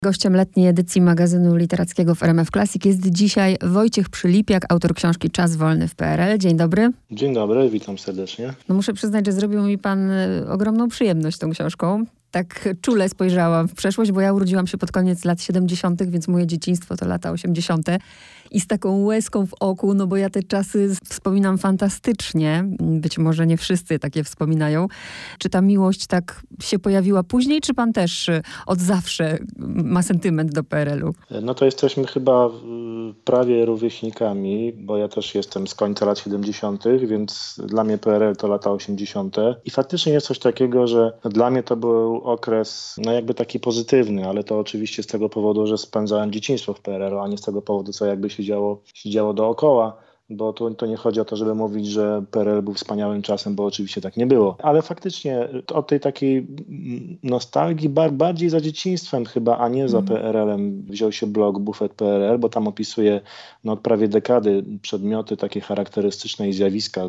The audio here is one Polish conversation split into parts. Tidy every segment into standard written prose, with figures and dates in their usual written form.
Gościem letniej edycji magazynu literackiego w RMF Classic jest dzisiaj Wojciech Przylipiak, autor książki Czas wolny w PRL. Dzień dobry. Dzień dobry, witam serdecznie. No muszę przyznać, że zrobił mi pan ogromną przyjemność tą książką. Tak czule spojrzałam w przeszłość, bo ja urodziłam się pod koniec lat 70., więc moje dzieciństwo to lata 80. I z taką łezką w oku, no bo ja te czasy wspominam fantastycznie. Być może nie wszyscy takie wspominają. Czy ta miłość tak się pojawiła później, czy pan też od zawsze ma sentyment do PRL-u? No to jesteśmy chyba prawie rówieśnikami, bo ja też jestem z końca lat 70., więc dla mnie PRL to lata 80. I faktycznie jest coś takiego, że dla mnie to był okres, no jakby taki pozytywny, ale to oczywiście z tego powodu, że spędzałem dzieciństwo w PRL-u, a nie z tego powodu, co jakby się działo dookoła. Bo to nie chodzi o to, żeby mówić, że PRL był wspaniałym czasem, bo oczywiście tak nie było. Ale faktycznie od tej takiej nostalgii bardziej za dzieciństwem chyba, a nie za PRL-em wziął się blog Bufet PRL, bo tam opisuje od prawie dekady przedmioty takie charakterystyczne i zjawiska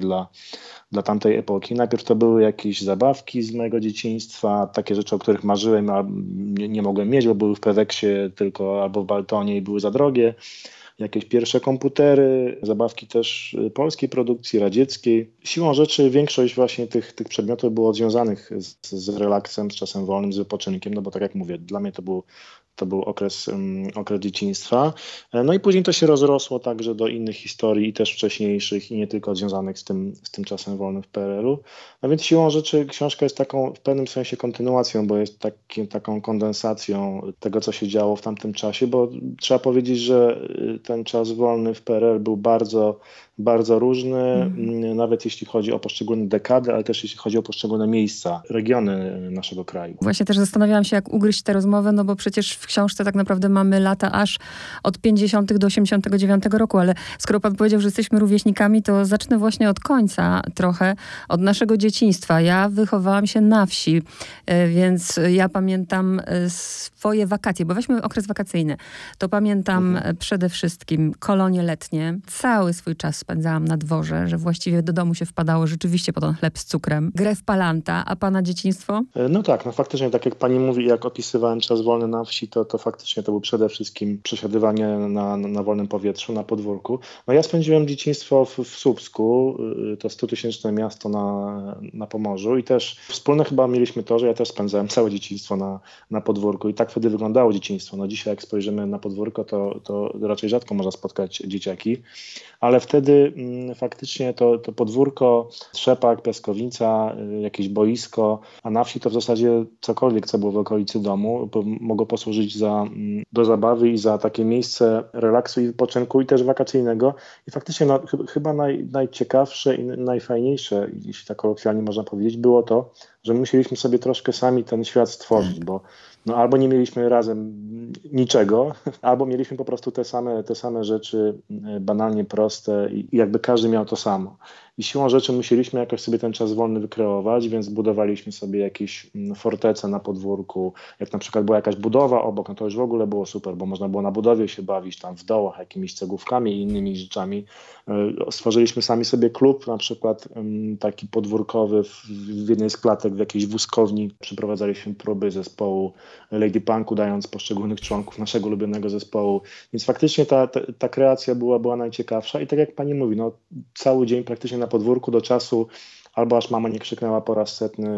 dla tamtej epoki. Najpierw to były jakieś zabawki z mojego dzieciństwa, takie rzeczy, o których marzyłem, a nie mogłem mieć, bo były w Peweksie tylko albo w Baltonie i były za drogie. Jakieś pierwsze komputery, zabawki też polskiej produkcji, radzieckiej. Siłą rzeczy większość właśnie tych przedmiotów było związanych z relaksem, z czasem wolnym, z wypoczynkiem, no bo tak jak mówię, dla mnie to był okres dzieciństwa. No i później to się rozrosło także do innych historii i też wcześniejszych i nie tylko związanych z tym czasem wolnym w PRL-u. No więc siłą rzeczy książka jest taką w pewnym sensie kontynuacją, bo jest taką kondensacją tego, co się działo w tamtym czasie, bo trzeba powiedzieć, że ten czas wolny w PRL był bardzo, bardzo różny, nawet jeśli chodzi o poszczególne dekady, ale też jeśli chodzi o poszczególne miejsca, regiony naszego kraju. Właśnie też zastanawiałam się, jak ugryźć tę rozmowę, no bo przecież w książce tak naprawdę mamy lata aż od 50. do 89 roku, ale skoro pan powiedział, że jesteśmy rówieśnikami, to zacznę właśnie od końca trochę, od naszego dzieciństwa. Ja wychowałam się na wsi, więc ja pamiętam swoje wakacje, bo weźmy okres wakacyjny. To pamiętam przede wszystkim kolonie letnie. Cały swój czas spędzałam na dworze, że właściwie do domu się wpadało rzeczywiście po ten chleb z cukrem. Grę w palanta, a pana dzieciństwo? No tak, no faktycznie, tak jak pani mówi, jak opisywałem czas wolny na wsi, to faktycznie to był przede wszystkim przesiadywanie na wolnym powietrzu, na podwórku. No ja spędziłem dzieciństwo w Słupsku, to 100-tysięczne miasto na Pomorzu i też wspólne chyba mieliśmy to, że ja też spędzałem całe dzieciństwo na podwórku i tak wtedy wyglądało dzieciństwo. No dzisiaj jak spojrzymy na podwórko, to raczej rzadko można spotkać dzieciaki, ale wtedy faktycznie to podwórko, trzepak, piaskownica, jakieś boisko, a na wsi to w zasadzie cokolwiek, co było w okolicy domu, mogło posłużyć do zabawy i za takie miejsce relaksu i wypoczynku i też wakacyjnego. I faktycznie chyba najciekawsze i najfajniejsze, jeśli tak kolokwialnie można powiedzieć, było to, że musieliśmy sobie troszkę sami ten świat stworzyć, bo albo nie mieliśmy razem niczego, albo mieliśmy po prostu te same rzeczy banalnie proste i jakby każdy miał to samo. I siłą rzeczy musieliśmy jakoś sobie ten czas wolny wykreować, więc budowaliśmy sobie jakieś fortece na podwórku. Jak na przykład była jakaś budowa obok, no to już w ogóle było super, bo można było na budowie się bawić tam w dołach jakimiś cegłówkami i innymi rzeczami. Stworzyliśmy sami sobie klub, na przykład taki podwórkowy w jednej z klatek w jakiejś wózkowni. Przeprowadzaliśmy próby zespołu Lady Punku, dając poszczególnych członków naszego ulubionego zespołu. Więc faktycznie ta kreacja była najciekawsza i tak jak pani mówi, cały dzień praktycznie na podwórku do czasu, albo aż mama nie krzyknęła po raz setny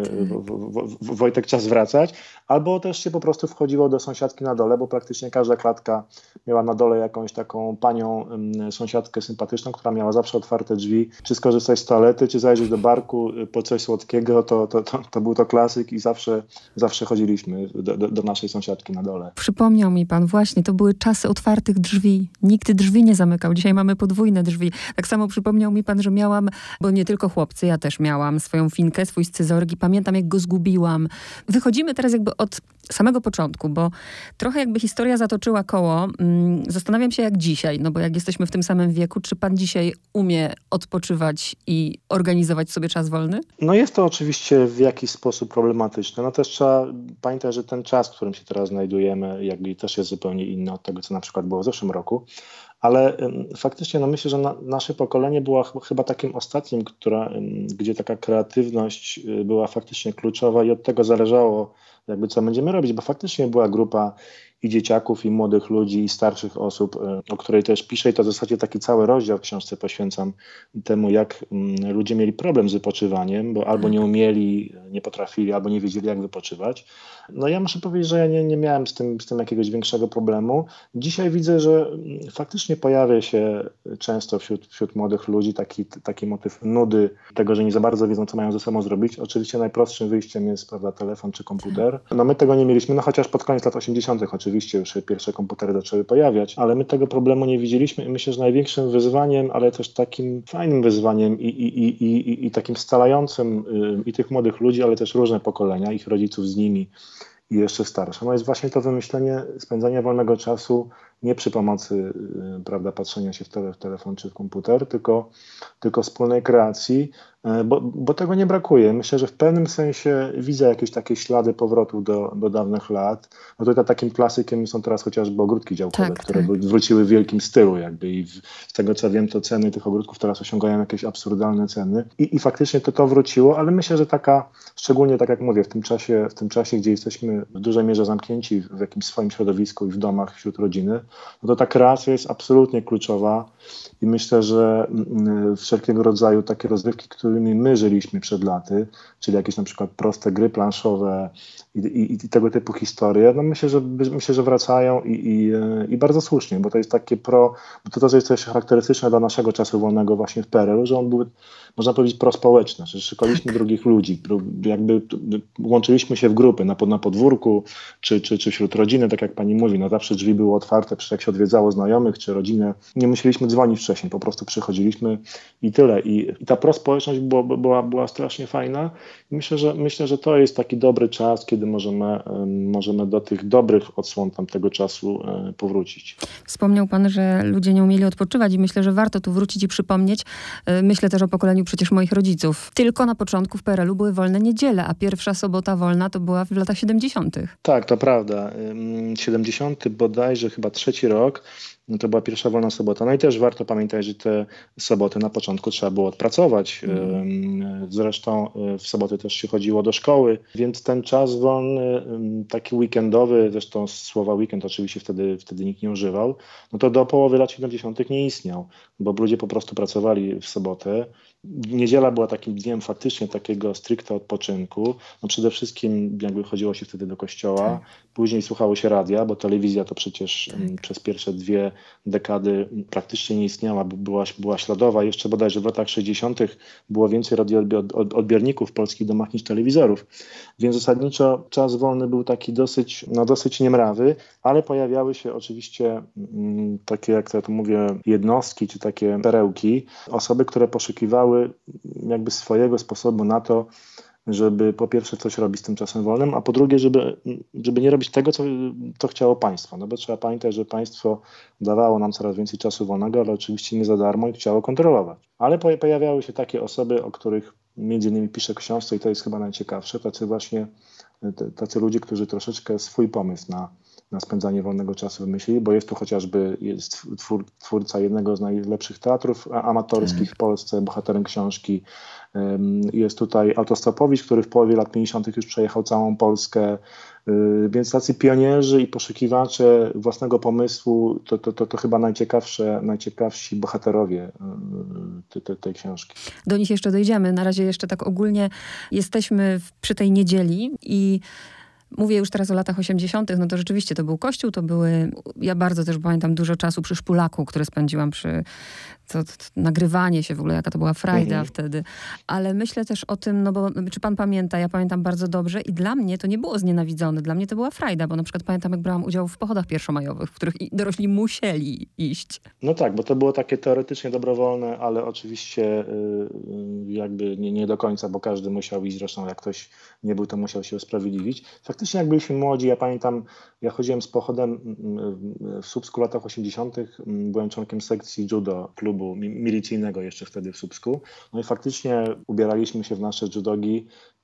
Wojtek, czas wracać, albo też się po prostu wchodziło do sąsiadki na dole, bo praktycznie każda klatka miała na dole jakąś taką panią sąsiadkę sympatyczną, która miała zawsze otwarte drzwi, czy skorzystać z toalety, czy zajrzeć do barku po coś słodkiego, to był to klasyk i zawsze chodziliśmy do naszej sąsiadki na dole. Przypomniał mi pan, właśnie, to były czasy otwartych drzwi. Nikt drzwi nie zamykał. Dzisiaj mamy podwójne drzwi. Tak samo przypomniał mi pan, że miałam, bo nie tylko chłopcy, ja też miałam swoją finkę, swój scyzoryk i pamiętam, jak go zgubiłam. Wychodzimy teraz jakby od samego początku, bo trochę jakby historia zatoczyła koło. Zastanawiam się jak dzisiaj, no bo jak jesteśmy w tym samym wieku, czy pan dzisiaj umie odpoczywać i organizować sobie czas wolny? No jest to oczywiście w jakiś sposób problematyczne. No też trzeba pamiętać, że ten czas, w którym się teraz znajdujemy, jakby też jest zupełnie inny od tego, co na przykład było w zeszłym roku. Ale faktycznie myślę, że nasze pokolenie było chyba takim ostatnim, gdzie taka kreatywność była faktycznie kluczowa i od tego zależało jakby co będziemy robić, bo faktycznie była grupa i dzieciaków, i młodych ludzi, i starszych osób, o której też piszę i to w zasadzie taki cały rozdział w książce poświęcam temu, jak ludzie mieli problem z wypoczywaniem, bo albo nie umieli, nie potrafili, albo nie wiedzieli, jak wypoczywać. No ja muszę powiedzieć, że ja nie miałem z tym jakiegoś większego problemu. Dzisiaj widzę, że faktycznie pojawia się często wśród młodych ludzi taki motyw nudy, tego, że nie za bardzo wiedzą, co mają ze sobą zrobić. Oczywiście najprostszym wyjściem jest, prawda, telefon czy komputer. No my tego nie mieliśmy, no chociaż pod koniec lat 80. oczywiście już się pierwsze komputery zaczęły pojawiać, ale my tego problemu nie widzieliśmy i myślę, że największym wyzwaniem, ale też takim fajnym wyzwaniem i takim scalającym i tych młodych ludzi, ale też różne pokolenia, ich rodziców z nimi i jeszcze starsze, no jest właśnie to wymyślenie spędzania wolnego czasu nie przy pomocy, prawda, patrzenia się w telefon czy w komputer, tylko wspólnej kreacji, bo tego nie brakuje. Myślę, że w pewnym sensie widzę jakieś takie ślady powrotu do dawnych lat. No tutaj takim klasykiem są teraz chociażby ogródki działkowe, które wróciły w wielkim stylu jakby i z tego co wiem, to ceny tych ogródków teraz osiągają jakieś absurdalne ceny i faktycznie to wróciło, ale myślę, że szczególnie tak jak mówię, w tym czasie, gdzie jesteśmy w dużej mierze zamknięci w jakimś swoim środowisku i w domach wśród rodziny, no to ta kreacja jest absolutnie kluczowa i myślę, że wszelkiego rodzaju takie rozrywki, którymi my żyliśmy przed laty, czyli jakieś na przykład proste gry planszowe i tego typu historie, no myślę, że wracają i bardzo słusznie, bo to jest takie bo to jest coś charakterystyczne dla naszego czasu wolnego właśnie w PRL-u, że on był, można powiedzieć, prospołeczny, że szukaliśmy drugich ludzi, jakby łączyliśmy się w grupy na podwórku, czy wśród rodziny, tak jak pani mówi, no zawsze drzwi były otwarte, jak się odwiedzało znajomych czy rodzinę, nie musieliśmy dzwonić wcześniej, po prostu przychodziliśmy i tyle. I ta prospołeczność była strasznie fajna. Myślę, że to jest taki dobry czas, kiedy możemy do tych dobrych odsłon tamtego czasu powrócić. Wspomniał pan, że ludzie nie umieli odpoczywać i myślę, że warto tu wrócić i przypomnieć. Myślę też o pokoleniu przecież moich rodziców. Tylko na początku w PRL-u były wolne niedziele, a pierwsza sobota wolna to była w latach 70. Tak, to prawda. 70. bodajże chyba 3. rok. No to była pierwsza wolna sobota. No i też warto pamiętać, że te soboty na początku trzeba było odpracować. Zresztą w soboty też się chodziło do szkoły, więc ten czas wolny, taki weekendowy, zresztą słowa weekend oczywiście wtedy nikt nie używał, no to do połowy lat 70. nie istniał, bo ludzie po prostu pracowali w sobotę. Niedziela była takim dniem faktycznie takiego stricte odpoczynku. No przede wszystkim jakby chodziło się wtedy do kościoła, później słuchało się radia, bo telewizja to przecież przez pierwsze 2 dekady praktycznie nie istniała, była śladowa. Jeszcze bodajże w latach 60. było więcej radioodbiorników w polskich domach niż telewizorów. Więc zasadniczo czas wolny był taki dosyć niemrawy, ale pojawiały się oczywiście takie, jak to mówię, jednostki czy takie perełki, osoby, które poszukiwały jakby swojego sposobu na to, żeby po pierwsze coś robić z tym czasem wolnym, a po drugie, żeby nie robić tego, co chciało państwo. No bo trzeba pamiętać, że państwo dawało nam coraz więcej czasu wolnego, ale oczywiście nie za darmo i chciało kontrolować. Ale pojawiały się takie osoby, o których między innymi piszę w książce i to jest chyba najciekawsze, tacy ludzie, którzy troszeczkę swój pomysł na spędzanie wolnego czasu wymyślili, bo jest tu chociażby twórca jednego z najlepszych teatrów amatorskich w Polsce, bohaterem książki. Jest tutaj Autostopowicz, który w połowie lat 50. już przejechał całą Polskę. Więc tacy pionierzy i poszukiwacze własnego pomysłu to chyba najciekawsi bohaterowie tej książki. Do nich jeszcze dojdziemy. Na razie jeszcze tak ogólnie jesteśmy przy tej niedzieli i mówię już teraz o latach 80., no to rzeczywiście to był kościół, ja bardzo też pamiętam dużo czasu przy Szpulaku, które spędziłam przy to nagrywanie się w ogóle, jaka to była frajda wtedy. Ale myślę też o tym, no bo czy pan pamięta, ja pamiętam bardzo dobrze i dla mnie to nie było znienawidzone, dla mnie to była frajda, bo na przykład pamiętam, jak brałam udział w pochodach pierwszomajowych, w których dorośli musieli iść. No tak, bo to było takie teoretycznie dobrowolne, ale oczywiście jakby nie do końca, bo każdy musiał iść, zresztą jak ktoś nie był, to musiał się usprawiedliwić. Faktycznie jak byliśmy młodzi, ja pamiętam, ja chodziłem z pochodem w Słupsku w latach 80., byłem członkiem sekcji judo, klubu milicyjnego jeszcze wtedy w Słupsku. No i faktycznie ubieraliśmy się w nasze judogi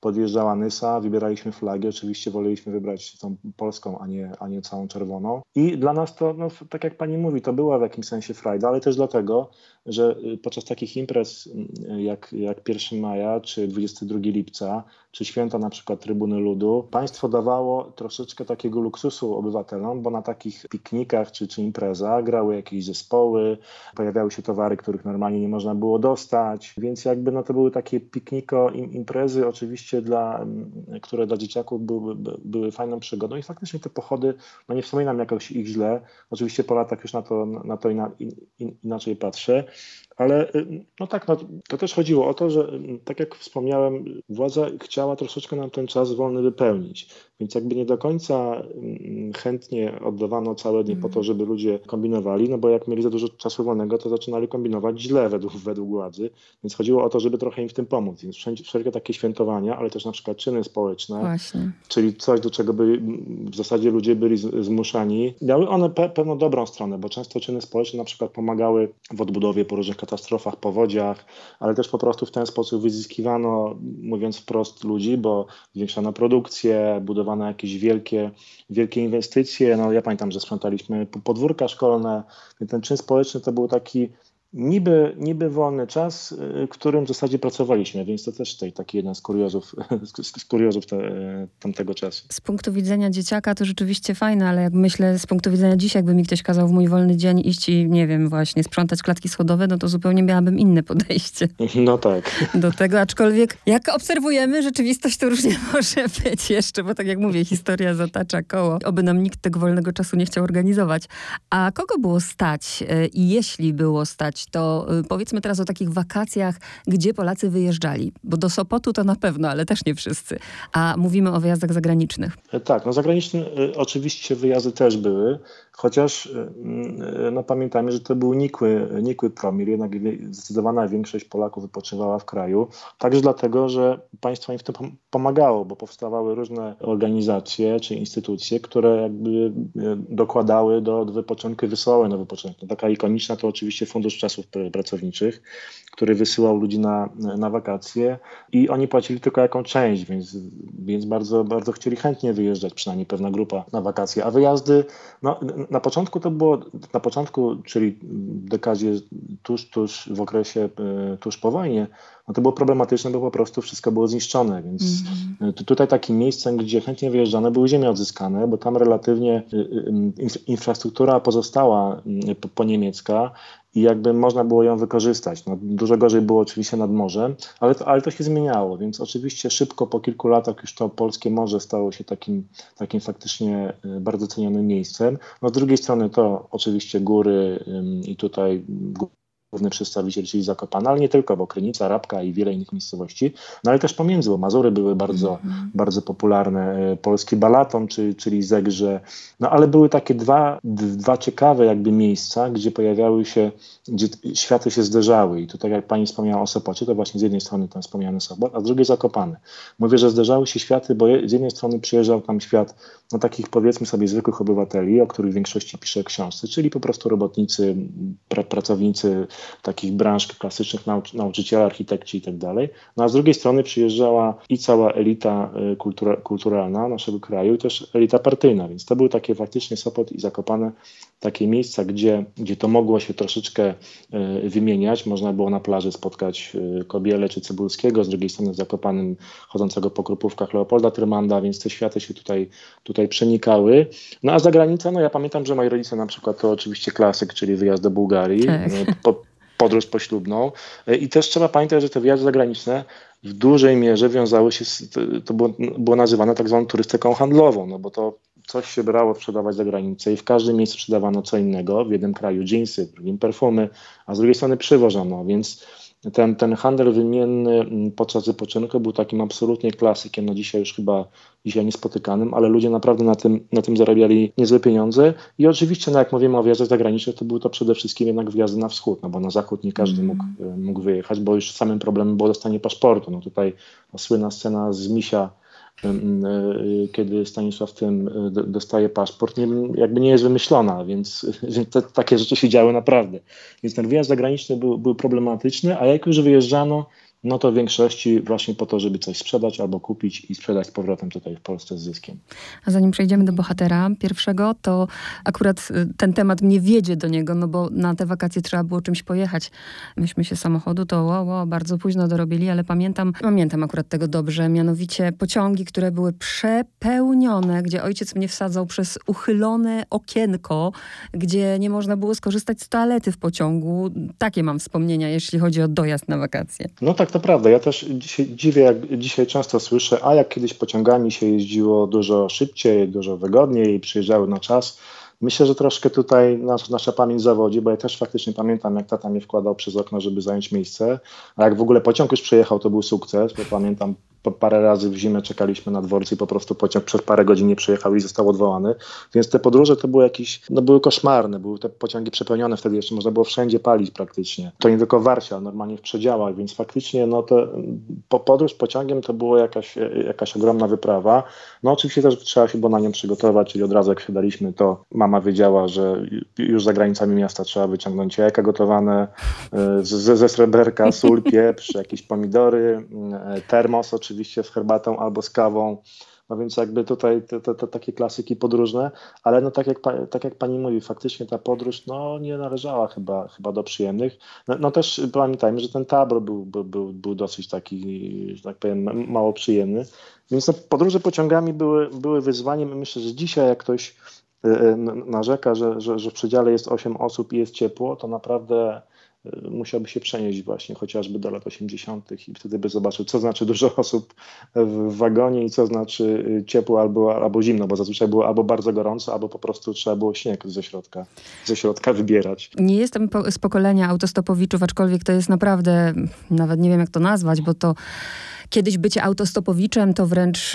podjeżdżała Nysa, wybieraliśmy flagi, oczywiście woleliśmy wybrać tą polską, a nie całą czerwoną. I dla nas to, no, tak jak pani mówi, to była w jakimś sensie frajda, ale też dlatego, że podczas takich imprez jak 1 maja, czy 22 lipca, czy święta na przykład Trybuny Ludu, państwo dawało troszeczkę takiego luksusu obywatelom, bo na takich piknikach czy imprezach grały jakieś zespoły, pojawiały się towary, których normalnie nie można było dostać, więc jakby no to były takie pikniko imprezy oczywiście, które dla dzieciaków były fajną przygodą i faktycznie te pochody, no nie wspominam jakoś ich źle, oczywiście po latach już na to inaczej patrzę, ale no tak, no, to też chodziło o to, że tak jak wspomniałem, władza chciała troszeczkę nam ten czas wolny wypełnić, więc jakby nie do końca chętnie oddawano całe dnie po to, żeby ludzie kombinowali, no bo jak mieli za dużo czasu wolnego, to zaczynali kombinować źle według władzy, więc chodziło o to, żeby trochę im w tym pomóc, więc wszelkie takie świętowania, ale też na przykład czyny społeczne, Właśnie. czyli coś, do czego by w zasadzie ludzie byli zmuszani, miały one pewną dobrą stronę, bo często czyny społeczne na przykład pomagały w odbudowie po różnych katastrofach, powodziach, ale też po prostu w ten sposób wyzyskiwano, mówiąc wprost, ludzi, bo zwiększano produkcję, budowano jakieś wielkie inwestycje. No, ja pamiętam, że sprzątaliśmy podwórka szkolne, więc ten czyn społeczny to był taki niby wolny czas, w którym w zasadzie pracowaliśmy, więc to też taki jeden z kuriozów tamtego czasu. Z punktu widzenia dzieciaka to rzeczywiście fajne, ale jak myślę z punktu widzenia dziś, jakby mi ktoś kazał w mój wolny dzień iść i nie wiem, właśnie sprzątać klatki schodowe, no to zupełnie miałabym inne podejście. No tak. Do tego, aczkolwiek jak obserwujemy, rzeczywistość to różnie może być jeszcze, bo tak jak mówię, historia zatacza koło. Oby nam nikt tego wolnego czasu nie chciał organizować. A kogo było stać i jeśli było stać, to powiedzmy teraz o takich wakacjach, gdzie Polacy wyjeżdżali. Bo do Sopotu to na pewno, ale też nie wszyscy. A mówimy o wyjazdach zagranicznych. Tak, no zagraniczne oczywiście wyjazdy też były, chociaż no pamiętajmy, że to był nikły promil, jednak zdecydowana większość Polaków wypoczywała w kraju. Także dlatego, że państwo im w tym pomagało, bo powstawały różne organizacje czy instytucje, które jakby dokładały do wypoczynku i wysyłały na wypoczynek. No, taka ikoniczna to oczywiście Fundusz Czasów Pracowniczych, który wysyłał ludzi na wakacje i oni płacili tylko jaką część, więc bardzo, bardzo chcieli chętnie wyjeżdżać, przynajmniej pewna grupa na wakacje. A wyjazdy, no na początku, czyli w dekadzie tuż w okresie tuż po wojnie, no to było problematyczne, bo po prostu wszystko było zniszczone, więc tutaj takim miejscem, gdzie chętnie wyjeżdżane, były ziemie odzyskane, bo tam relatywnie infrastruktura pozostała poniemiecka i jakby można było ją wykorzystać. No, dużo gorzej było oczywiście nad morzem, ale to się zmieniało, więc oczywiście szybko po kilku latach już to polskie morze stało się takim faktycznie bardzo cenionym miejscem. No, z drugiej strony to oczywiście góry i tutaj główny przedstawiciel, czyli Zakopane, ale nie tylko, bo Krynica, Rabka i wiele innych miejscowości, no ale też pomiędzy, bo Mazury były bardzo popularne, polski Balaton, czyli Zegrze, no ale były takie dwa ciekawe jakby miejsca, gdzie pojawiały się, gdzie światy się zderzały i tu tak jak pani wspomniała o Sopocie, to właśnie z jednej strony ten wspomniany Sopot, a z drugiej Zakopane. Mówię, że zderzały się światy, bo z jednej strony przyjeżdżał tam świat no takich powiedzmy sobie zwykłych obywateli, o których w większości pisze w książce, czyli po prostu robotnicy, pracownicy takich branż klasycznych, nauczyciele, architekci i tak dalej. No a z drugiej strony przyjeżdżała i cała elita kulturalna naszego kraju i też elita partyjna, więc to były takie faktycznie Sopot i Zakopane, takie miejsca, gdzie to mogło się troszeczkę wymieniać. Można było na plaży spotkać Kobielę czy Cybulskiego, z drugiej strony w Zakopanem chodzącego po Krupówkach Leopolda Trymanda, więc te światy się tutaj przenikały. No a za granicą, no ja pamiętam, że moi rodzice na przykład to oczywiście klasyk, czyli wyjazd do Bułgarii, podróż poślubną i też trzeba pamiętać, że te wyjazdy zagraniczne w dużej mierze wiązały się to było nazywane tak zwaną turystyką handlową, no bo to coś się brało sprzedawać za granicę i w każdym miejscu sprzedawano co innego, w jednym kraju dżinsy, w drugim perfumy, a z drugiej strony przywożono, więc ten handel wymienny podczas wypoczynku był takim absolutnie klasykiem, no dzisiaj już chyba niespotykanym, ale ludzie naprawdę na tym zarabiali niezłe pieniądze i oczywiście, no jak mówimy o wyjazdach zagranicznych, to były to przede wszystkim jednak wyjazdy na wschód, no bo na zachód nie każdy mógł wyjechać, bo już samym problemem było dostanie paszportu. No tutaj słynna scena z Misia, kiedy Stanisław Tym dostaje paszport, jakby nie jest wymyślona, więc takie rzeczy się działy naprawdę. Więc ten wyjazd zagraniczny był problematyczny, a jak już wyjeżdżano, No to w większości właśnie po to, żeby coś sprzedać albo kupić i sprzedać z powrotem tutaj w Polsce z zyskiem. A zanim przejdziemy do bohatera pierwszego, to akurat ten temat mnie wiedzie do niego, no bo na te wakacje trzeba było czymś pojechać. Myśmy się samochodu to bardzo późno dorobili, ale pamiętam akurat tego dobrze, mianowicie pociągi, które były przepełnione, gdzie ojciec mnie wsadzał przez uchylone okienko, gdzie nie można było skorzystać z toalety w pociągu. Takie mam wspomnienia, jeśli chodzi o dojazd na wakacje. No tak, to prawda. Ja też dziwię, jak dzisiaj często słyszę, a jak kiedyś pociągami się jeździło dużo szybciej, dużo wygodniej i przyjeżdżały na czas. Myślę, że troszkę tutaj nasza pamięć zawodzi, bo ja też faktycznie pamiętam, jak tata mnie wkładał przez okno, żeby zająć miejsce. A jak w ogóle pociąg już przyjechał, to był sukces, bo pamiętam, parę razy w zimę czekaliśmy na dworcu i po prostu pociąg przez parę godzin nie przyjechał i został odwołany. Więc te podróże to były jakieś, były koszmarne, były te pociągi przepełnione, wtedy jeszcze można było wszędzie palić praktycznie. To nie tylko w Warsie, ale normalnie w przedziałach, więc faktycznie podróż pociągiem to była jakaś ogromna wyprawa. No oczywiście też trzeba się było na nią przygotować, czyli od razu jak siadaliśmy, to mama wiedziała, że już za granicami miasta trzeba wyciągnąć jajka gotowane ze sreberka, sól, pieprz, jakieś pomidory, termos oczywiście z herbatą albo z kawą. No więc jakby tutaj te takie klasyki podróżne, ale no tak jak pani mówi, faktycznie ta podróż nie należała chyba do przyjemnych. No też pamiętajmy, że ten tabor był dosyć taki, że tak powiem, mało przyjemny. Więc podróże pociągami były wyzwaniem i myślę, że dzisiaj jak ktoś narzeka, że w przedziale jest 8 osób i jest ciepło, to naprawdę musiałby się przenieść właśnie chociażby do lat 80. i wtedy by zobaczył, co znaczy dużo osób w wagonie i co znaczy ciepło albo zimno, bo zazwyczaj było albo bardzo gorąco, albo po prostu trzeba było śnieg ze środka wybierać. Nie jestem z pokolenia autostopowiczów, aczkolwiek to jest naprawdę, nawet nie wiem jak to nazwać, bo to kiedyś bycie autostopowiczem to wręcz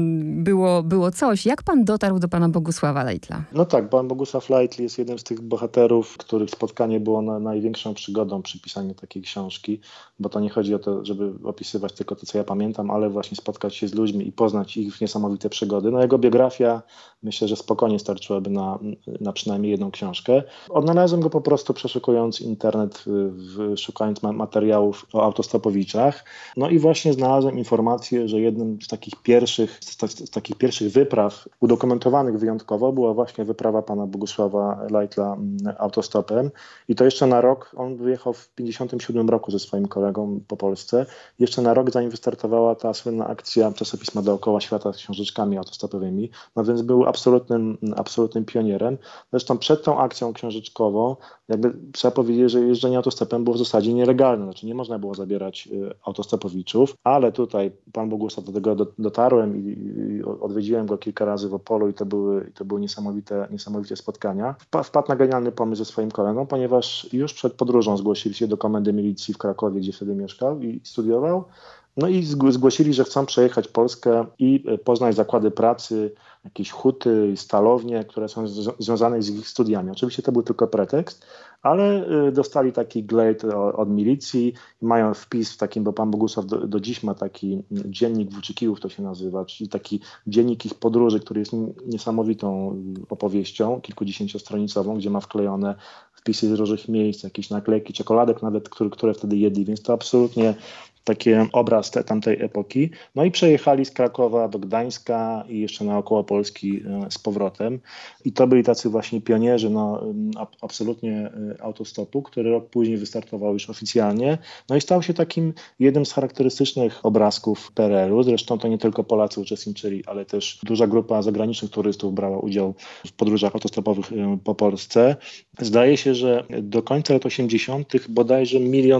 było coś. Jak pan dotarł do pana Bogusława Lejtla? No tak, pan Bogusław Lejtl jest jednym z tych bohaterów, których spotkanie było największą przygodą przy pisaniu takiej książki, bo to nie chodzi o to, żeby opisywać tylko to, co ja pamiętam, ale właśnie spotkać się z ludźmi i poznać ich niesamowite przygody. No jego biografia myślę, że spokojnie starczyłaby na przynajmniej jedną książkę. Odnalazłem go po prostu przeszukując internet, szukając materiałów o autostopowiczach. No i właśnie znalazłem informację, że jednym z takich pierwszych wypraw udokumentowanych wyjątkowo była właśnie wyprawa pana Bogusława Lejtla autostopem. I to jeszcze na rok, on wyjechał w 1957 roku ze swoim kolegą po Polsce. Jeszcze na rok, zanim wystartowała ta słynna akcja czasopisma Dookoła Świata z książeczkami autostopowymi. No więc był absolutnym pionierem. Zresztą przed tą akcją książeczkową jakby trzeba powiedzieć, że jeżdżenie autostopem było w zasadzie nielegalne. Znaczy nie można było zabierać autostopowiczów, ale tutaj pan Bogusław do tego dotarłem i odwiedziłem go kilka razy w Opolu i to były niesamowite spotkania. Wpadł na genialny pomysł ze swoim kolegą, ponieważ już przed podróżą zgłosili się do Komendy Milicji w Krakowie, gdzie wtedy mieszkał i studiował. No i zgłosili, że chcą przejechać Polskę i poznać zakłady pracy, jakieś huty, stalownie, które są związane z ich studiami. Oczywiście to był tylko pretekst, ale dostali taki glejt od milicji i mają wpis w takim, bo pan Bogusław do dziś ma taki dziennik Włóczykijów, to się nazywa, czyli taki dziennik ich podróży, który jest niesamowitą opowieścią, kilkudziesięciostronicową, gdzie ma wklejone wpisy z różnych miejsc, jakieś naklejki, czekoladek nawet, które wtedy jedli, więc to absolutnie taki obraz tamtej epoki. No i przejechali z Krakowa do Gdańska i jeszcze naokoło Polski z powrotem. I to byli tacy właśnie pionierzy absolutnie autostopu, który rok później wystartował już oficjalnie. No i stał się takim jednym z charakterystycznych obrazków PRL-u. Zresztą to nie tylko Polacy uczestniczyli, ale też duża grupa zagranicznych turystów brała udział w podróżach autostopowych po Polsce. Zdaje się, że do końca lat 80. bodajże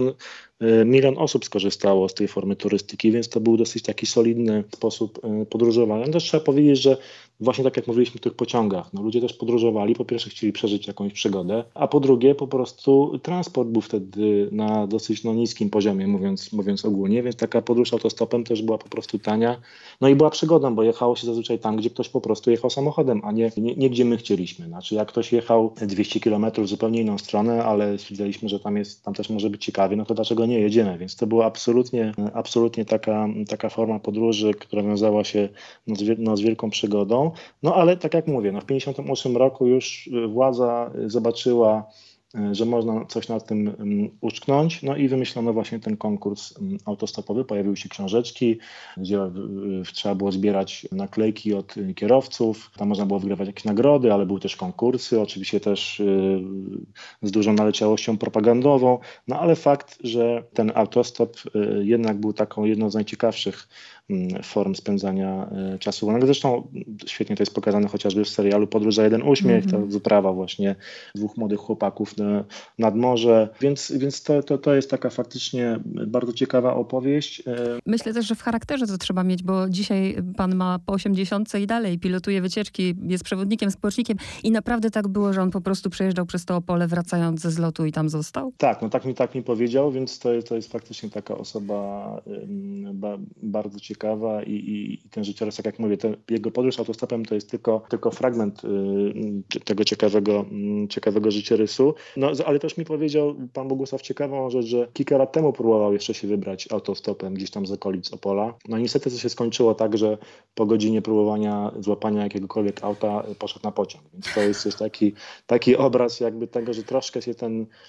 milion osób skorzystało z tej formy turystyki, więc to był dosyć taki solidny sposób podróżowania. Też trzeba powiedzieć, że właśnie tak jak mówiliśmy w tych pociągach, ludzie też podróżowali, po pierwsze chcieli przeżyć jakąś przygodę, a po drugie po prostu transport był wtedy na dosyć niskim poziomie, mówiąc ogólnie, więc taka podróż autostopem też była po prostu tania. No i była przygodą, bo jechało się zazwyczaj tam, gdzie ktoś po prostu jechał samochodem, a nie gdzie my chcieliśmy. Znaczy jak ktoś jechał 200 km w zupełnie inną stronę, ale stwierdziliśmy, że tam też może być ciekawie, no to dlaczego nie jedziemy? Więc to była absolutnie taka forma podróży, która wiązała się z wielką przygodą. No ale tak jak mówię, w 1958 roku już władza zobaczyła że można coś nad tym uszczknąć. No i wymyślono właśnie ten konkurs autostopowy. Pojawiły się książeczki, gdzie trzeba było zbierać naklejki od kierowców. Tam można było wygrywać jakieś nagrody, ale były też konkursy, oczywiście też z dużą naleciałością propagandową. No ale fakt, że ten autostop jednak był taką jedną z najciekawszych form spędzania czasu wolnego. Zresztą świetnie to jest pokazane chociażby w serialu Podróż za jeden uśmiech, ta wyprawa właśnie dwóch młodych chłopaków nad morze, więc to jest taka faktycznie bardzo ciekawa opowieść. Myślę też, że w charakterze to trzeba mieć, bo dzisiaj pan ma po 80 i dalej, pilotuje wycieczki, jest przewodnikiem, społecznikiem i naprawdę tak było, że on po prostu przejeżdżał przez to Opole, wracając ze zlotu i tam został? Tak, no tak mi powiedział, więc to jest faktycznie taka osoba bardzo ciekawa i ten życiorys, tak jak mówię, jego podróż autostopem to jest tylko fragment tego ciekawego życiorysu. No, ale też mi powiedział pan Bogusław ciekawą rzecz, że kilka lat temu próbował jeszcze się wybrać autostopem gdzieś tam z okolic Opola. No i niestety to się skończyło tak, że po godzinie próbowania złapania jakiegokolwiek auta poszedł na pociąg. Więc to jest też taki obraz jakby tego, że troszkę się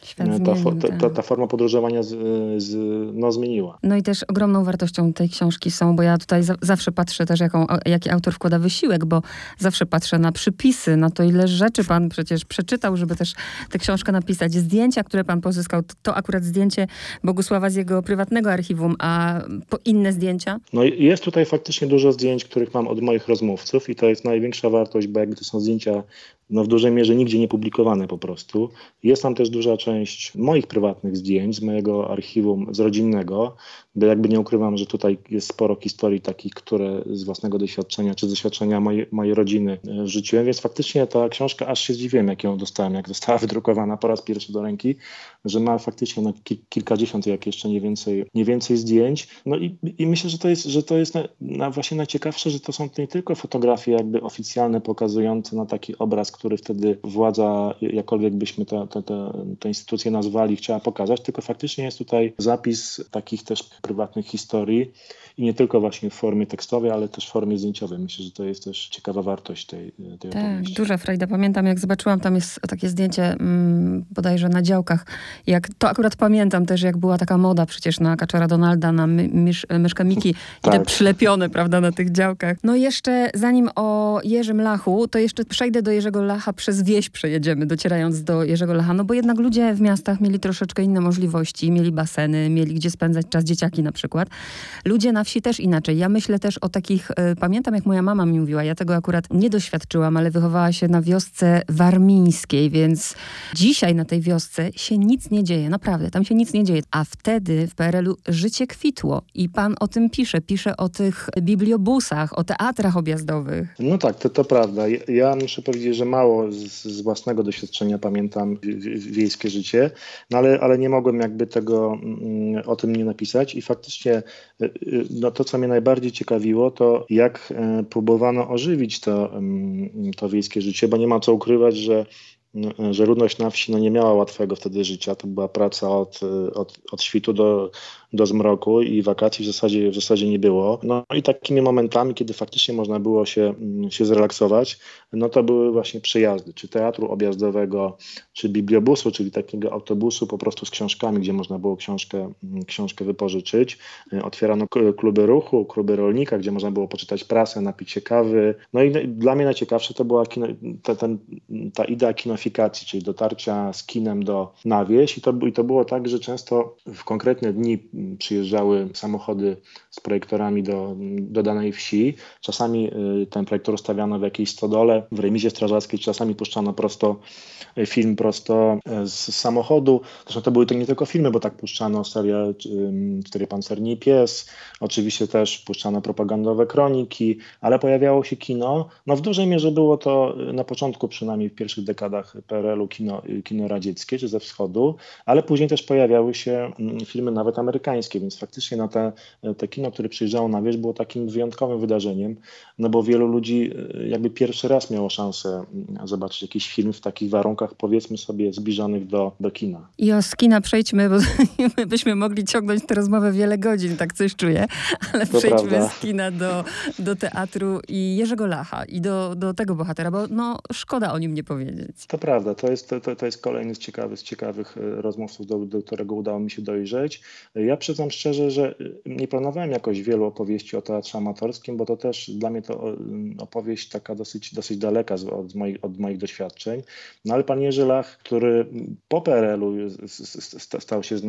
ta forma podróżowania zmieniła. No i też ogromną wartością tej książki są, bo ja tutaj zawsze patrzę też, jaki autor wkłada wysiłek, bo zawsze patrzę na przypisy, na to, ile rzeczy pan przecież przeczytał, żeby też tę książkę napisać. Zdjęcia, które pan pozyskał, to akurat zdjęcie Bogusława z jego prywatnego archiwum, a inne zdjęcia? No jest tutaj faktycznie dużo zdjęć, których mam od moich rozmówców i to jest największa wartość, bo jakby to są zdjęcia w dużej mierze nigdzie nie publikowane po prostu. Jest tam też duża część moich prywatnych zdjęć z mojego archiwum, z rodzinnego, bo jakby nie ukrywam, że tutaj jest sporo historii takich, które z własnego doświadczenia, czy z doświadczenia mojej rodziny rzuciłem, więc faktycznie ta książka, aż się zdziwiłem, jak ją dostałem, jak została wydrukowana po raz pierwszy do ręki, że ma faktycznie kilkadziesiąt, jak jeszcze nie więcej zdjęć. No i myślę, że to jest właśnie najciekawsze, że to są nie tylko fotografie jakby oficjalne, pokazujące na taki obraz, który wtedy władza, jakkolwiek byśmy te instytucje nazwali, chciała pokazać, tylko faktycznie jest tutaj zapis takich też prywatnych historii i nie tylko właśnie w formie tekstowej, ale też w formie zdjęciowej. Myślę, że to jest też ciekawa wartość tej tak, opowieści. Duża frajda. Pamiętam, jak zobaczyłam, tam jest takie zdjęcie bodajże na działkach. To akurat pamiętam też, jak była taka moda przecież na Kaczora Donalda, na myszkę Miki i tak. te przylepione, prawda, na tych działkach. No jeszcze zanim o Jerzym Lachu, to jeszcze przejdę do Jerzego Lacha, przez wieś przejedziemy, docierając do Jerzego Lacha, no bo jednak ludzie w miastach mieli troszeczkę inne możliwości, mieli baseny, mieli gdzie spędzać czas, dzieciaki na przykład. Ludzie na wsi też inaczej. Ja myślę też o takich, pamiętam jak moja mama mi mówiła, ja tego akurat nie doświadczyłam, ale wychowała się na wiosce warmińskiej, więc dzisiaj na tej wiosce się nic nie dzieje, naprawdę, tam się nic nie dzieje. A wtedy w PRL-u życie kwitło i pan o tym pisze o tych bibliobusach, o teatrach objazdowych. No tak, to prawda. Ja muszę powiedzieć, że mało z własnego doświadczenia pamiętam wiejskie życie, no ale nie mogłem jakby o tym nie napisać i faktycznie no to, co mnie najbardziej ciekawiło, to jak próbowano ożywić to wiejskie życie, bo nie ma co ukrywać, że ludność na wsi nie miała łatwego wtedy życia. To była praca od świtu do zmroku i wakacji w zasadzie nie było. No i takimi momentami, kiedy faktycznie można było się zrelaksować, no to były właśnie przejazdy, czy teatru objazdowego, czy bibliobusu, czyli takiego autobusu po prostu z książkami, gdzie można było książkę wypożyczyć. Otwierano kluby ruchu, kluby rolnika, gdzie można było poczytać prasę, napić się kawy. No i dla mnie najciekawsze to była ta idea kinofikacji, czyli dotarcia z kinem na wieś i to było tak, że często w konkretne dni przyjeżdżały samochody z projektorami do danej wsi. Czasami ten projektor ustawiano w jakiejś stodole, w remizie strażackiej, czasami puszczano film prosto z samochodu. Zresztą to były to nie tylko filmy, bo tak puszczano serial Cztery pancerni i pies. Oczywiście też puszczano propagandowe kroniki, ale pojawiało się kino. No w dużej mierze było to na początku, przynajmniej w pierwszych dekadach PRL-u kino radzieckie czy ze wschodu, ale później też pojawiały się filmy nawet amerykańskie. amerykańskie, więc faktycznie no te kino, które przyjeżdżało na wieś, było takim wyjątkowym wydarzeniem, no bo wielu ludzi jakby pierwszy raz miało szansę zobaczyć jakiś film w takich warunkach, powiedzmy sobie, zbliżonych do kina. I z kina przejdźmy, bo my byśmy mogli ciągnąć tę rozmowę wiele godzin, tak coś czuję, ale To przejdźmy prawda. z kina do teatru i Jerzego Lacha i do tego bohatera, bo no szkoda o nim nie powiedzieć. To prawda, to jest kolejny z ciekawych rozmówców, do którego udało mi się dojrzeć. Ja przyznam szczerze, że nie planowałem jakoś wielu opowieści o teatrze amatorskim, bo to też dla mnie to opowieść taka dosyć daleka od moich doświadczeń. No ale pan Jerzy Lach, który po PRL-u stał się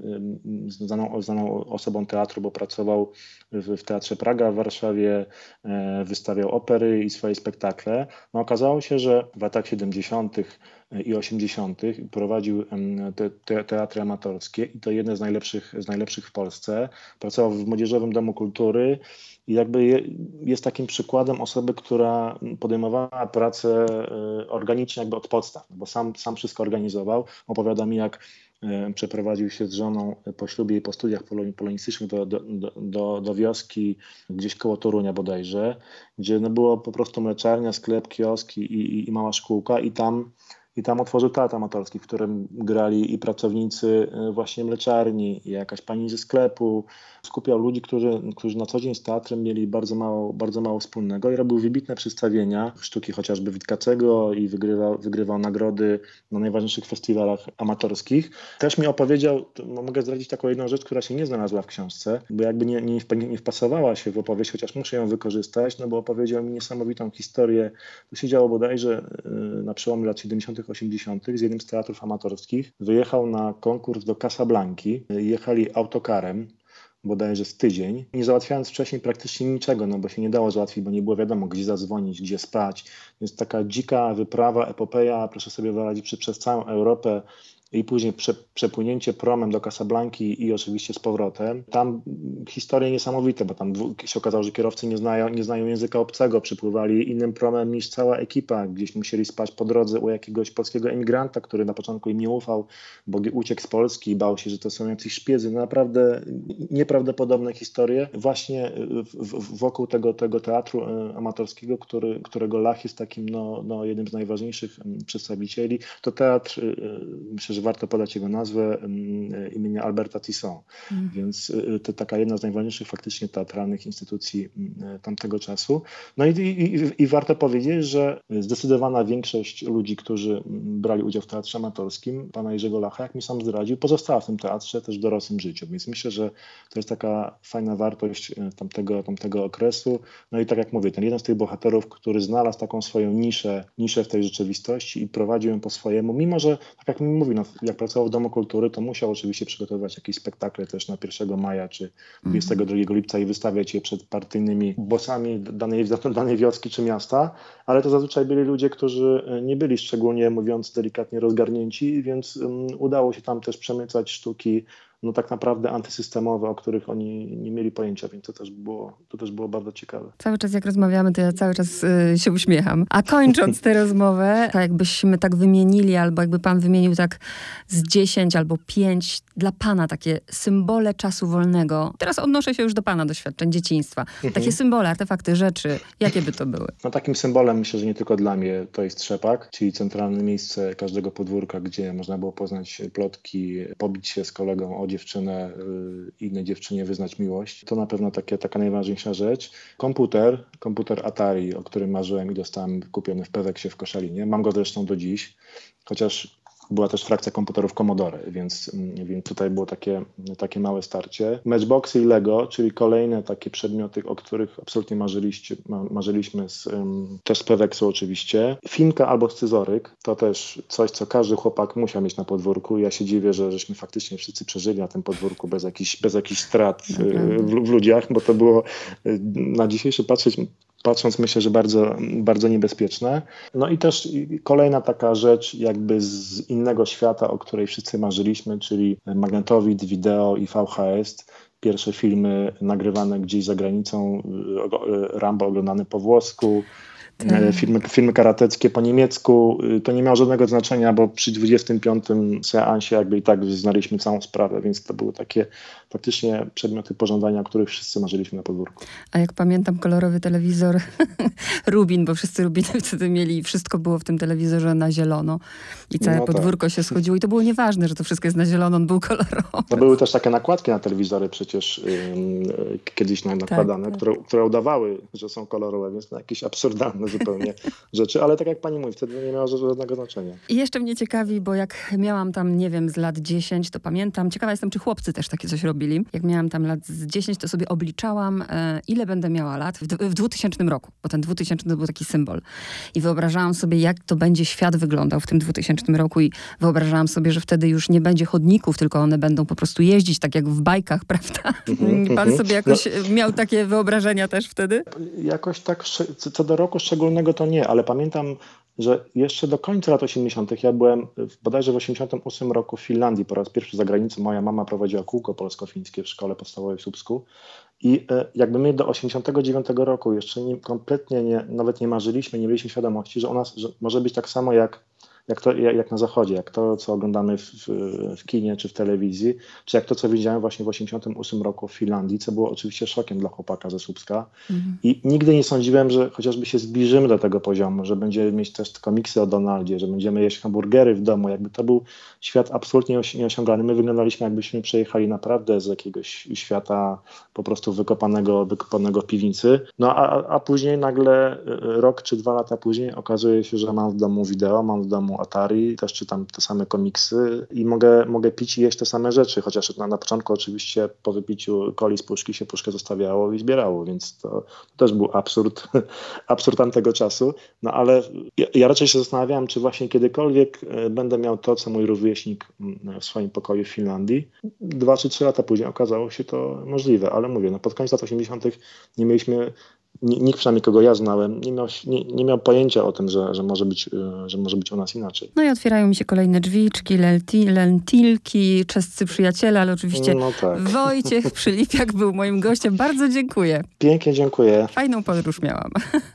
znaną osobą teatru, bo pracował w Teatrze Praga w Warszawie, wystawiał opery i swoje spektakle. No okazało się, że w latach 70. i 80. prowadził teatry amatorskie i to jedne z najlepszych w Polsce. Pracował w Młodzieżowym Domu Kultury i jakby jest takim przykładem osoby, która podejmowała pracę organicznie jakby od podstaw, bo sam wszystko organizował. Opowiada mi, jak przeprowadził się z żoną po ślubie i po studiach polonistycznych do wioski gdzieś koło Torunia bodajże, gdzie no było po prostu mleczarnia, sklep, kiosk i mała szkółka i tam otworzył teatr amatorski, w którym grali i pracownicy właśnie mleczarni, i jakaś pani ze sklepu. Skupiał ludzi, którzy na co dzień z teatrem mieli bardzo mało wspólnego i robił wybitne przedstawienia, sztuki chociażby Witkacego i wygrywał nagrody na najważniejszych festiwalach amatorskich. Też mi opowiedział, mogę zdradzić taką jedną rzecz, która się nie znalazła w książce, bo jakby nie wpasowała się w opowieść, chociaż muszę ją wykorzystać, no bo opowiedział mi niesamowitą historię. To się działo bodajże na przełomie lat 70., 80. z jednym z teatrów amatorskich. Wyjechał na konkurs do Casablanki, jechali autokarem, bodajże z tydzień, nie załatwiając wcześniej praktycznie niczego, no bo się nie dało załatwić, bo nie było wiadomo, gdzie zadzwonić, gdzie spać. Więc taka dzika wyprawa, epopeja, proszę sobie wyobrazić, przez całą Europę i później przepłynięcie promem do Casablanki i oczywiście z powrotem. Tam historie niesamowite, bo tam się okazało, że kierowcy nie znają języka obcego, przypływali innym promem niż cała ekipa. Gdzieś musieli spać po drodze u jakiegoś polskiego emigranta, który na początku im nie ufał, bo uciekł z Polski i bał się, że to są jacyś szpiedzy. No naprawdę nieprawdopodobne historie właśnie wokół tego teatru amatorskiego, którego Lach jest takim jednym z najważniejszych przedstawicieli. To teatr, myślę, że warto podać jego nazwę, imienia Alberta Tissot. Więc to taka jedna z najważniejszych faktycznie teatralnych instytucji tamtego czasu. No i warto powiedzieć, że zdecydowana większość ludzi, którzy brali udział w teatrze amatorskim, pana Jerzego Lacha, jak mi sam zdradził, pozostała w tym teatrze też w dorosłym życiu. Więc myślę, że to jest taka fajna wartość tamtego okresu. No i tak jak mówię, ten jeden z tych bohaterów, który znalazł taką swoją niszę w tej rzeczywistości i prowadził ją po swojemu, mimo że, tak jak mi mówi, jak pracował w Domu Kultury, to musiał oczywiście przygotowywać jakieś spektakle też na 1 maja czy 22 lipca i wystawiać je przed partyjnymi bossami danej wioski czy miasta, ale to zazwyczaj byli ludzie, którzy nie byli szczególnie, mówiąc delikatnie, rozgarnięci, więc udało się tam też przemycać sztuki tak naprawdę antysystemowe, o których oni nie mieli pojęcia, więc to też było bardzo ciekawe. Cały czas jak rozmawiamy, to ja cały czas się uśmiecham. A kończąc tę rozmowę, jakbyśmy tak wymienili, albo jakby pan wymienił tak z 10 albo 5 dla pana takie symbole czasu wolnego. Teraz odnoszę się już do pana doświadczeń dzieciństwa. Takie symbole, artefakty, rzeczy. Jakie by to były? No takim symbolem, myślę, że nie tylko dla mnie, to jest Trzepak, czyli centralne miejsce każdego podwórka, gdzie można było poznać plotki, pobić się z kolegą o dziewczynę, innej dziewczynie wyznać miłość. To na pewno taka najważniejsza rzecz. Komputer Atari, o którym marzyłem i dostałem kupiony w Peweksie w Koszalinie. Mam go zresztą do dziś, chociaż była też frakcja komputerów Commodore, więc tutaj było takie małe starcie. Matchboxy i Lego, czyli kolejne takie przedmioty, o których absolutnie marzyliśmy, też z Peweksu oczywiście. Finka albo scyzoryk, to też coś, co każdy chłopak musiał mieć na podwórku. Ja się dziwię, żeśmy faktycznie wszyscy przeżyli na tym podwórku bez jakichś strat w ludziach, bo to było na dzisiejszy patrząc, myślę, że bardzo, bardzo niebezpieczne. No i też kolejna taka rzecz jakby z innego świata, o której wszyscy marzyliśmy, czyli magnetowid, wideo i VHS. Pierwsze filmy nagrywane gdzieś za granicą, Rambo oglądany po włosku. filmy karateckie po niemiecku. To nie miało żadnego znaczenia, bo przy 25. seansie jakby i tak znaliśmy całą sprawę, więc to były takie faktycznie przedmioty pożądania, o których wszyscy marzyliśmy na podwórku. A jak pamiętam, kolorowy telewizor Rubin, bo wszyscy Rubiny wtedy mieli i wszystko było w tym telewizorze na zielono i całe podwórko się schodziło i to było nieważne, że to wszystko jest na zielono, on był kolorowy. To były też takie nakładki na telewizory przecież kiedyś nakładane, które udawały, że są kolorowe, więc jakieś absurdalne zupełnie rzeczy, ale tak jak pani mówi, wtedy nie miało żadnego znaczenia. I jeszcze mnie ciekawi, bo jak miałam tam, nie wiem, z lat 10, to pamiętam, ciekawa jestem, czy chłopcy też takie coś robili. Jak miałam tam lat z 10, to sobie obliczałam, ile będę miała lat w 2000 roku, bo ten 2000 to był taki symbol. I wyobrażałam sobie, jak to będzie świat wyglądał w tym 2000 roku i wyobrażałam sobie, że wtedy już nie będzie chodników, tylko one będą po prostu jeździć, tak jak w bajkach, prawda? Pan sobie jakoś miał takie wyobrażenia też wtedy? Jakoś tak, co do roku szczególnego to nie, ale pamiętam, że jeszcze do końca lat 80. ja byłem bodajże w 88 roku w Finlandii po raz pierwszy za granicą. Moja mama prowadziła kółko polsko-fińskie w szkole podstawowej w Słupsku i jakby my do 89 roku jeszcze kompletnie nawet nie marzyliśmy, nie mieliśmy świadomości, że u nas że może być tak samo jak na zachodzie, jak to, co oglądamy w kinie czy w telewizji, czy jak to, co widziałem właśnie w 1988 roku w Finlandii, co było oczywiście szokiem dla chłopaka ze Słupska. I nigdy nie sądziłem, że chociażby się zbliżymy do tego poziomu, że będziemy mieć też komiksy o Donaldzie, że będziemy jeść hamburgery w domu. Jakby to był świat absolutnie nieosiągalny. My wyglądaliśmy, jakbyśmy przejechali naprawdę z jakiegoś świata po prostu wykopanego w piwnicy. No a później nagle rok czy 2 lata później okazuje się, że mam w domu wideo, mam w domu Atari, też czytam te same komiksy i mogę pić i jeść te same rzeczy, chociaż na początku oczywiście po wypiciu coli z puszki się puszkę zostawiało i zbierało, więc to też był absurd tamtego czasu. No ale ja raczej się zastanawiałem, czy właśnie kiedykolwiek będę miał to, co mój rówieśnik w swoim pokoju w Finlandii. 2 czy 3 lata później okazało się to możliwe, ale mówię, no pod koniec lat 80. nie mieliśmy nikt, przynajmniej kogo ja znałem, nie miał pojęcia o tym, że może być u nas inaczej. No i otwierają mi się kolejne drzwiczki, lentilki, czescy przyjaciele, ale oczywiście Wojciech Przylipiak był moim gościem. Bardzo dziękuję. Pięknie dziękuję. Fajną podróż miałam.